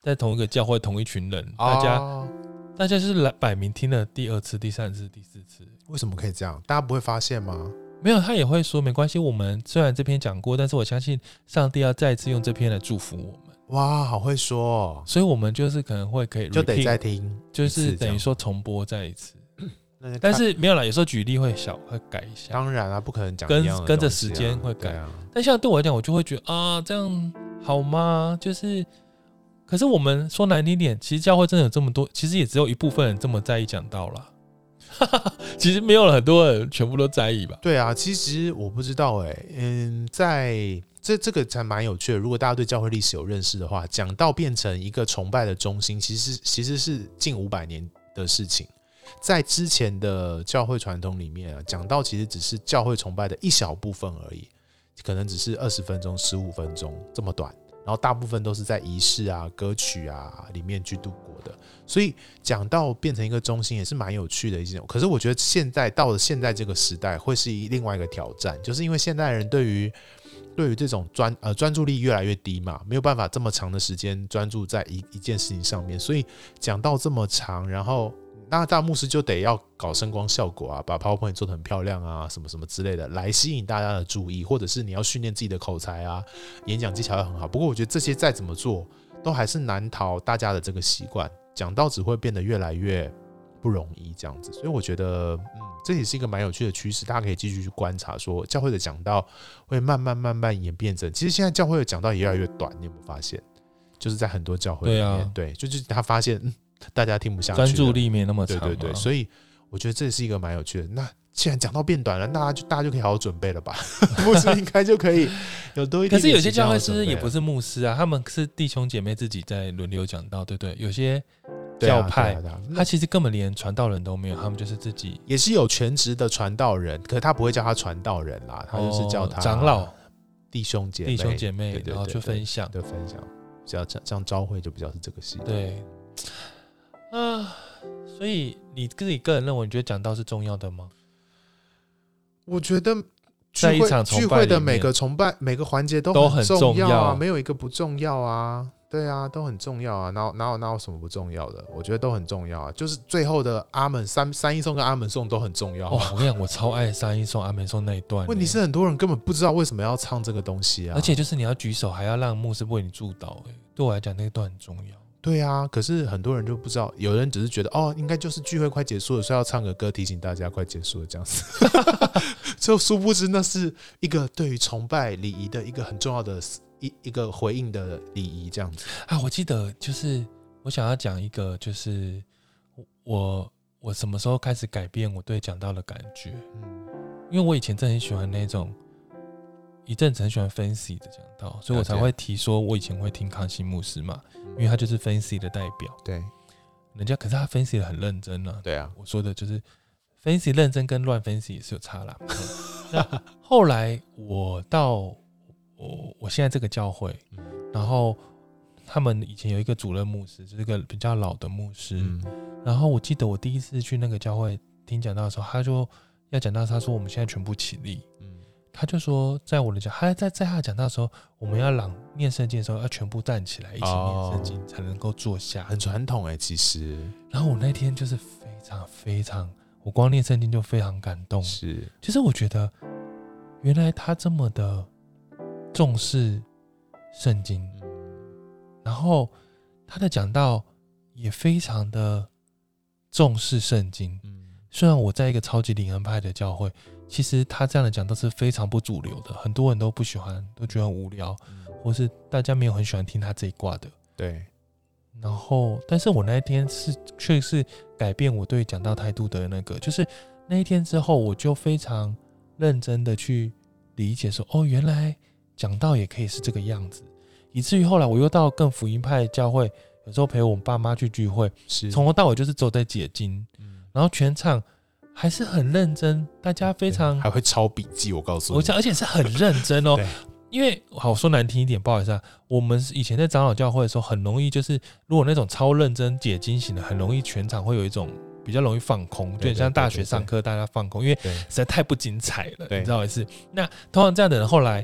C: 在同一个教会同一群人，大家、
A: 哦、
C: 大家就是来摆明听了第二次、第三次、第四次。
A: 为什么可以这样？大家不会发现吗？
C: 没有，他也会说没关系。我们虽然这篇讲过，但是我相信上帝要再次用这篇来祝福我们。
A: 哇，好会说哦！
C: 所以我们就是可能会可以 repeat,
A: 就得再听，
C: 就是等于说重播再一次。但是没有啦，有时候举例会小会改一下。
A: 当然啊，不可能讲一样的东西啊，
C: 跟跟着时间会改。
A: 啊、
C: 但像对我来讲，我就会觉得啊，这样好吗？就是，可是我们说难听点，其实教会真的有这么多，其实也只有一部分人这么在意讲道啦。其实没有了很多人全部都在意吧？
A: 对啊，其实我不知道哎、欸，嗯，在这这个才蛮有趣的。如果大家对教会历史有认识的话，讲道变成一个崇拜的中心，其实其实是近五百年的事情。在之前的教会传统里面啊，讲道其实只是教会崇拜的一小部分而已，可能只是二十分钟、十五分钟这么短。然后大部分都是在仪式啊、歌曲啊里面去度过的，所以讲道变成一个中心也是蛮有趣的一件。可是我觉得现在到了现在这个时代，会是另外一个挑战，就是因为现代人对于对于这种专呃专注力越来越低嘛，没有办法这么长的时间专注在一一件事情上面，所以讲道这么长，然后那大牧师就得要搞声光效果啊，把 PowerPoint 做得很漂亮啊，什么什么之类的，来吸引大家的注意，或者是你要训练自己的口才啊，演讲技巧要很好。不过我觉得这些再怎么做，都还是难逃大家的这个习惯，讲道只会变得越来越不容易这样子。所以我觉得，嗯，这也是一个蛮有趣的趋势，大家可以继续去观察，说教会的讲道会慢慢慢慢演变成，其实现在教会的讲道也越来越短，你有没有发现？就是在很多教会里面，对啊，对，就是他发现。嗯大家听不下去，专
C: 注力没那么长，
A: 对对对，所以我觉得这是一个蛮有趣的。那既然讲到变短了，那大家就大家就可以好好准备了吧？牧师应该就可以有多一点点。
C: 可是有些教会是也不是牧师啊，他们是弟兄姐妹自己在轮流讲道，对不对？有些教派、啊啊啊、他其实根本连传道人都没有，他们就是自己
A: 也是有全职的传道人，可是他不会叫他传道人啦，他就是叫他、
C: 哦、长老、
A: 弟兄姐妹、
C: 弟兄姐妹，
A: 对对对对，
C: 然后去分享
A: 的分享，这样这样召会就比较是这个系统。
C: 对。啊，所以你自己个人认为，你觉得讲道是重要的吗？
A: 我觉得
C: 在一场
A: 聚会的每个崇拜每个环节都很重要啊，没有一个不重要啊。对啊，都很重要啊，哪有哪有哪有什么不重要的？我觉得都很重要啊。就是最后的阿门三三一颂跟阿门颂都很重要、啊。
C: 哇，我跟你讲，我超爱三一颂、阿门颂那一段。
A: 问题是很多人根本不知道为什么要唱这个东西啊，
C: 而且就是你要举手，还要让牧师为你祝祷、欸。对我来讲，那一段很重要。
A: 对啊，可是很多人就不知道，有人只是觉得哦，应该就是聚会快结束了，所以要唱个歌提醒大家快结束了这样子。就殊不知那是一个对于崇拜礼仪的一个很重要的一一个回应的礼仪这样子
C: 啊。我记得就是我想要讲一个，就是我我什么时候开始改变我对讲道的感觉？嗯，因为我以前真的很喜欢那种。一阵子很喜欢 Fancy 的讲道，所以我才会提说，我以前会听康熙牧师嘛，因为他就是 Fancy 的代表。
A: 对，
C: 人家可是他 Fancy 的很认真啊。
A: 对啊，
C: 我说的就是 Fancy 认真跟乱 Fancy 也是有差啦。那后来我到我我现在这个教会，然后他们以前有一个主任牧师，就是一个比较老的牧师。嗯、然后我记得我第一次去那个教会听讲道的时候，他就要讲到，他说我们现在全部起立。嗯他就说，在我的讲，他在在他讲到的时候，我们要朗念圣经的时候，要全部站起来一起念圣经，哦、才能够坐下，
A: 很传统哎、欸，其实。
C: 然后我那天就是非常非常，我光念圣经就非常感动。
A: 是，
C: 其实我觉得，原来他这么的重视圣经，嗯、然后他的讲道也非常的重视圣经。嗯、虽然我在一个超级灵恩派的教会。其实他这样的讲都是非常不主流的，很多人都不喜欢，都觉得很无聊，嗯、或是大家没有很喜欢听他这一挂的。
A: 对。
C: 然后，但是我那一天是却是改变我对讲道态度的那个，就是那一天之后，我就非常认真的去理解说，哦，原来讲道也可以是这个样子，以至于后来我又到更福音派教会，有时候陪我爸妈去聚会，从头到尾就是走在解经，嗯、然后全场。还是很认真，大家非常
A: 还会抄笔记。我告诉你，
C: 我讲，而且是很认真哦。因为好我说难听一点，不好意思啊，我们以前在长老教会的时候，很容易就是如果那种超认真解经型的，很容易全场会有一种比较容易放空，就很像大学上课大家放空，因为实在太不精彩了，你知道意思？那通常这样的人后来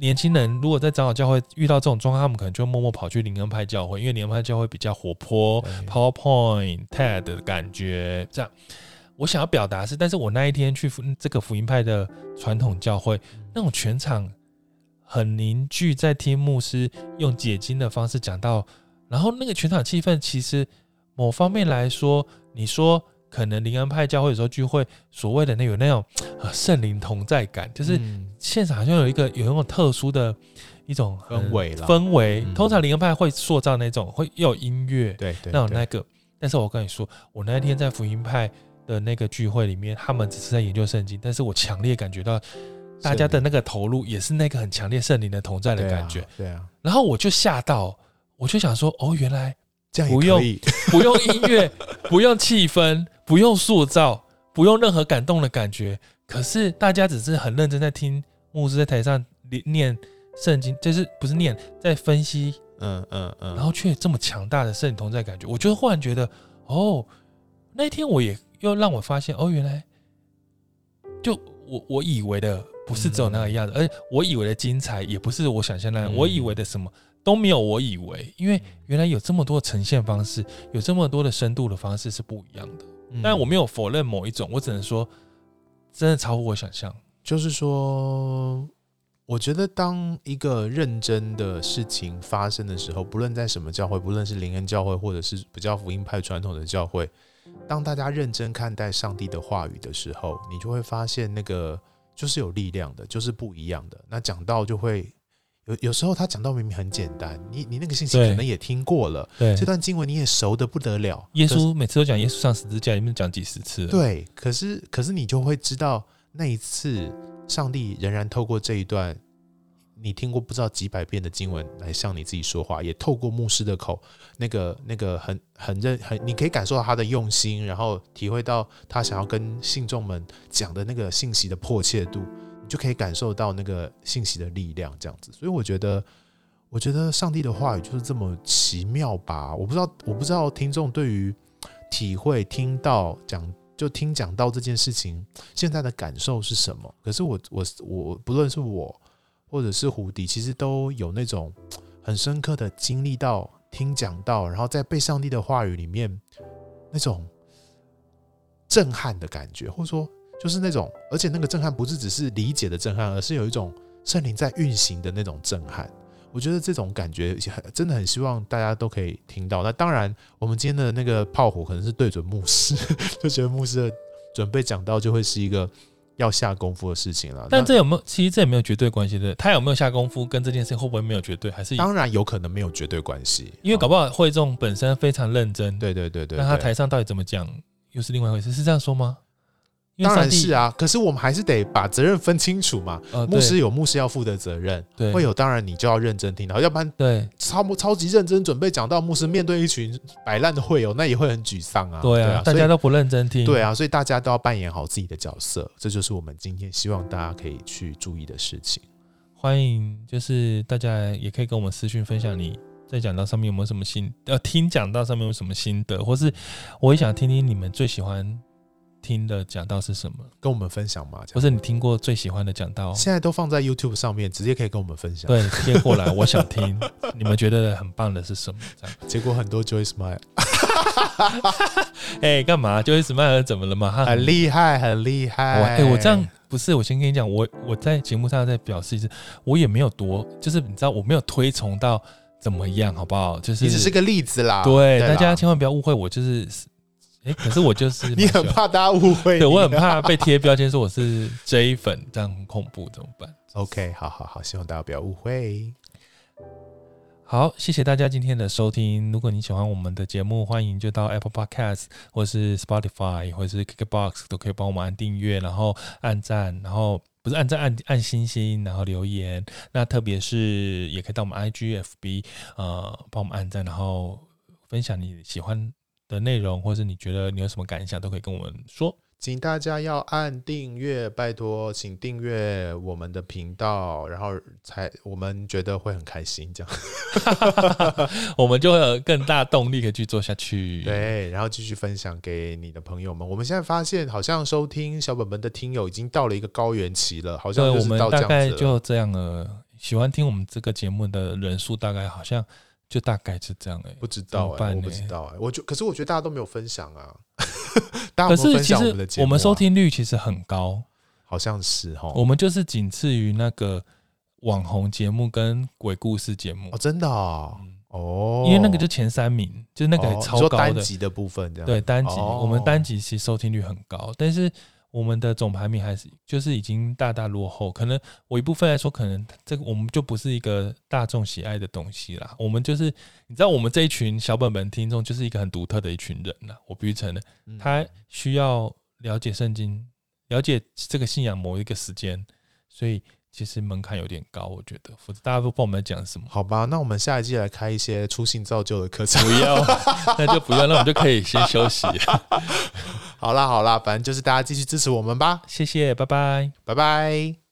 C: 年轻人如果在长老教会遇到这种状况，他们可能就默默跑去灵恩派教会，因为灵恩派教会比较活泼 ，PowerPoint、T E D 的感觉。这样，我想要表达是，但是我那一天去这个福音派的传统教会，那种全场很凝聚，在听牧师用解经的方式讲到，然后那个全场气氛，其实某方面来说，你说。可能灵恩派教会有时候聚会，所谓的那有那种圣灵同在感，就是现场好像有一个有那种特殊的一种
A: 氛围啦，
C: 氛围。
A: 嗯、
C: 通常灵恩派会塑造那种会又有音乐，
A: 对对，
C: 那种那个。但是我跟你说，我那天在福音派的那个聚会里面，他们只是在研究圣经，但是我强烈感觉到大家的那个投入，也是那个很强烈圣灵的同在的感觉。
A: 对啊，对啊。
C: 然后我就吓到，我就想说，哦，原来
A: 这样也可以，
C: 不用不用音乐，不用气氛。不用塑造，不用任何感动的感觉，可是大家只是很认真在听牧师在台上念圣经，就是不是念，在分析，
A: 嗯嗯嗯，
C: 然后却这么强大的圣灵同在感觉，我就忽然觉得，哦，那一天我也又让我发现，哦，原来就我我以为的不是只有那个样子，嗯、而我以为的精彩也不是我想象那样，嗯、我以为的什么都没有，我以为，因为原来有这么多的呈现方式，有这么多的深度的方式是不一样的。但我没有否认某一种，我只能说，真的超乎我想象。
A: 就是说，我觉得当一个认真的事情发生的时候，不论在什么教会，不论是灵恩教会，或者是比较福音派传统的教会，当大家认真看待上帝的话语的时候，你就会发现那个就是有力量的，就是不一样的。那讲到就会。有有时候他讲到明明很简单，你你那个信息可能也听过了，对，这段经文你也熟得不得了。
C: 耶稣每次都讲耶稣上十字架，里面讲几十次了。
A: 对，可是可是你就会知道那一次，上帝仍然透过这一段你听过不知道几百遍的经文来向你自己说话，也透过牧师的口，那个那个很很认很，你可以感受到他的用心，然后体会到他想要跟信众们讲的那个信息的迫切度。就可以感受到那个信息的力量，这样子。所以我觉得，我觉得上帝的话语就是这么奇妙吧。我不知道，我不知道听众对于体会、听到讲，就听讲到这件事情，现在的感受是什么？可是我，我，我不论是我或者是胡迪，其实都有那种很深刻的经历到听讲到，然后在被上帝的话语里面那种震撼的感觉，或者说。就是那种，而且那个震撼不是只是理解的震撼，而是有一种圣灵在运行的那种震撼。我觉得这种感觉真的很希望大家都可以听到。那当然，我们今天的那个炮火可能是对准牧师，就觉得牧师的准备讲到就会是一个要下功夫的事情了。
C: 但这有没有？其实这也没有绝对关系的。他有没有下功夫，跟这件事会不会没有绝对？还是
A: 当然有可能没有绝对关系，
C: 因为搞不好会众本身非常认真。
A: 对对对 对, 对。
C: 那他台上到底怎么讲，又是另外一回事，是这样说吗？
A: 当然是啊，可是我们还是得把责任分清楚嘛。呃、牧师有牧师要负的责任，会有当然你就要认真听到，要不然对 超, 超级认真准备讲到牧师面对一群摆烂的会友，那也会很沮丧啊。
C: 对啊，对啊，大家都不认真听。
A: 对啊，所以大家都要扮演好自己的角色，这就是我们今天希望大家可以去注意的事情。
C: 欢迎，就是大家也可以跟我们私讯分享你在讲道上面有没有什么心，呃，听讲道上面有什么心得，或是我也想听听你们最喜欢听的讲道是什么，
A: 跟我们分享嘛？
C: 或是你听过最喜欢的讲道，
A: 现在都放在 YouTube 上面，直接可以跟我们分享。
C: 对，贴过来，我想听你们觉得很棒的是什么？这样，
A: 结果很多 Joy Smile，
C: 哎、欸，干嘛 ？Joy Smile 怎么了嘛？
A: 很, 很厉害，很厉害。
C: 哎、欸，我这样不是，我先跟你讲，我我在节目上再表示一次，我也没有多，就是你知道，我没有推崇到怎么样，好不好？就是
A: 你只是个例子啦。
C: 对，对大家千万不要误会我，就是。欸、可是我就是
A: 你很怕大家误会，
C: 对我很怕被贴标签说我是 J 粉，这样很恐怖，怎么办
A: ？OK， 好好好，希望大家不要误会。
C: 好，谢谢大家今天的收听。如果你喜欢我们的节目，欢迎就到 Apple Podcast 或是 Spotify 或是 K K B O X 都可以帮我们按订阅，然后按赞，然后不是按赞按按星星，然后留言。那特别是也可以到我们 I G、F B 呃帮我们按赞，然后分享你喜欢的内容，或是你觉得你有什么感想，都可以跟我们说。
A: 请大家要按订阅，拜托，请订阅我们的频道，然后才我们觉得会很开心，这样
C: 我们就会有更大动力可以去做下去。
A: 对，然后继续分享给你的朋友们。我们现在发现，好像收听小本本的听友已经到了一个高原期了，好像就是到这样子了。
C: 我们大概就这样了。 喜欢听我们这个节目的人数大概好像就大概是这样哎、欸，
A: 不知道哎、欸，我不知道哎、欸，我就可是我觉得大家都没有分享啊，大家
C: 可
A: 有没有分
C: 是其实
A: 享我们的节目、啊？
C: 我们收听率其实很高，
A: 好像是哈，
C: 我们就是仅次于那个网红节目跟鬼故事节目
A: 哦，真的哦，
C: 嗯
A: 哦，
C: 因为那个就前三名，就是那个
A: 哦你说
C: 超高的、
A: 单集的部分这样，
C: 对单集、
A: 哦
C: 我们单集其实收听率很高，但是我们的总排名还是就是已经大大落后。可能我一部分来说，可能这个我们就不是一个大众喜爱的东西啦。我们就是你知道，我们这一群小本本听众就是一个很独特的一群人啦。我必须承认，
A: 嗯
C: 他需要了解圣经，了解这个信仰某一个时间，所以其实门槛有点高，我觉得，否则大家都不知道我们在讲什么。
A: 好吧，那我们下一季来开一些初信造就的课程。
C: 不要，那就不要，那我们就可以先休息。
A: 好啦好啦，反正就是大家继续支持我们吧，
C: 谢谢，拜拜。
A: 拜拜。